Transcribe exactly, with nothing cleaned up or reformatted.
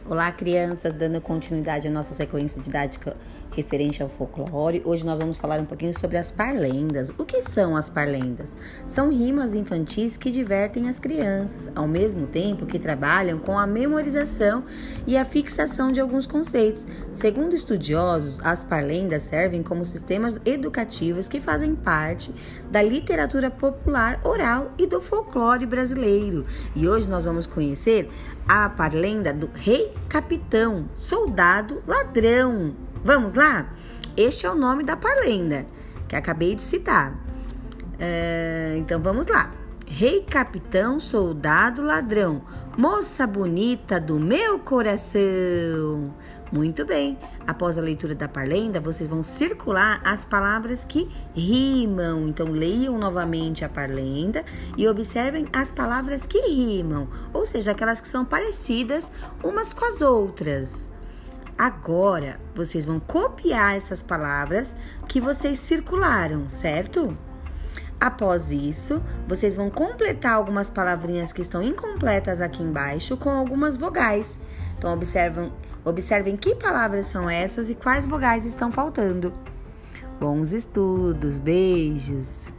Olá, crianças, dando continuidade à nossa sequência didática referente ao folclore. Hoje nós vamos falar um pouquinho sobre as parlendas. O que são as parlendas? São rimas infantis que divertem as crianças, ao mesmo tempo que trabalham com a memorização e a fixação de alguns conceitos. Segundo estudiosos, as parlendas servem como sistemas educativos que fazem parte da literatura popular oral e do folclore brasileiro. E hoje nós vamos conhecer a parlenda do Rei Capitão, Soldado Ladrão. Vamos lá? Este é o nome da parlenda que acabei de citar. Uh, então vamos lá. Rei Capitão, Soldado Ladrão, moça bonita do meu coração. Muito bem. Após a leitura da parlenda, vocês vão circular as palavras que rimam. Então, leiam novamente a parlenda e observem as palavras que rimam, ou seja, aquelas que são parecidas umas com as outras. Agora, vocês vão copiar essas palavras que vocês circularam, certo? Após isso, vocês vão completar algumas palavrinhas que estão incompletas aqui embaixo com algumas vogais. Então, observem, observem que palavras são essas e quais vogais estão faltando. Bons estudos, beijos!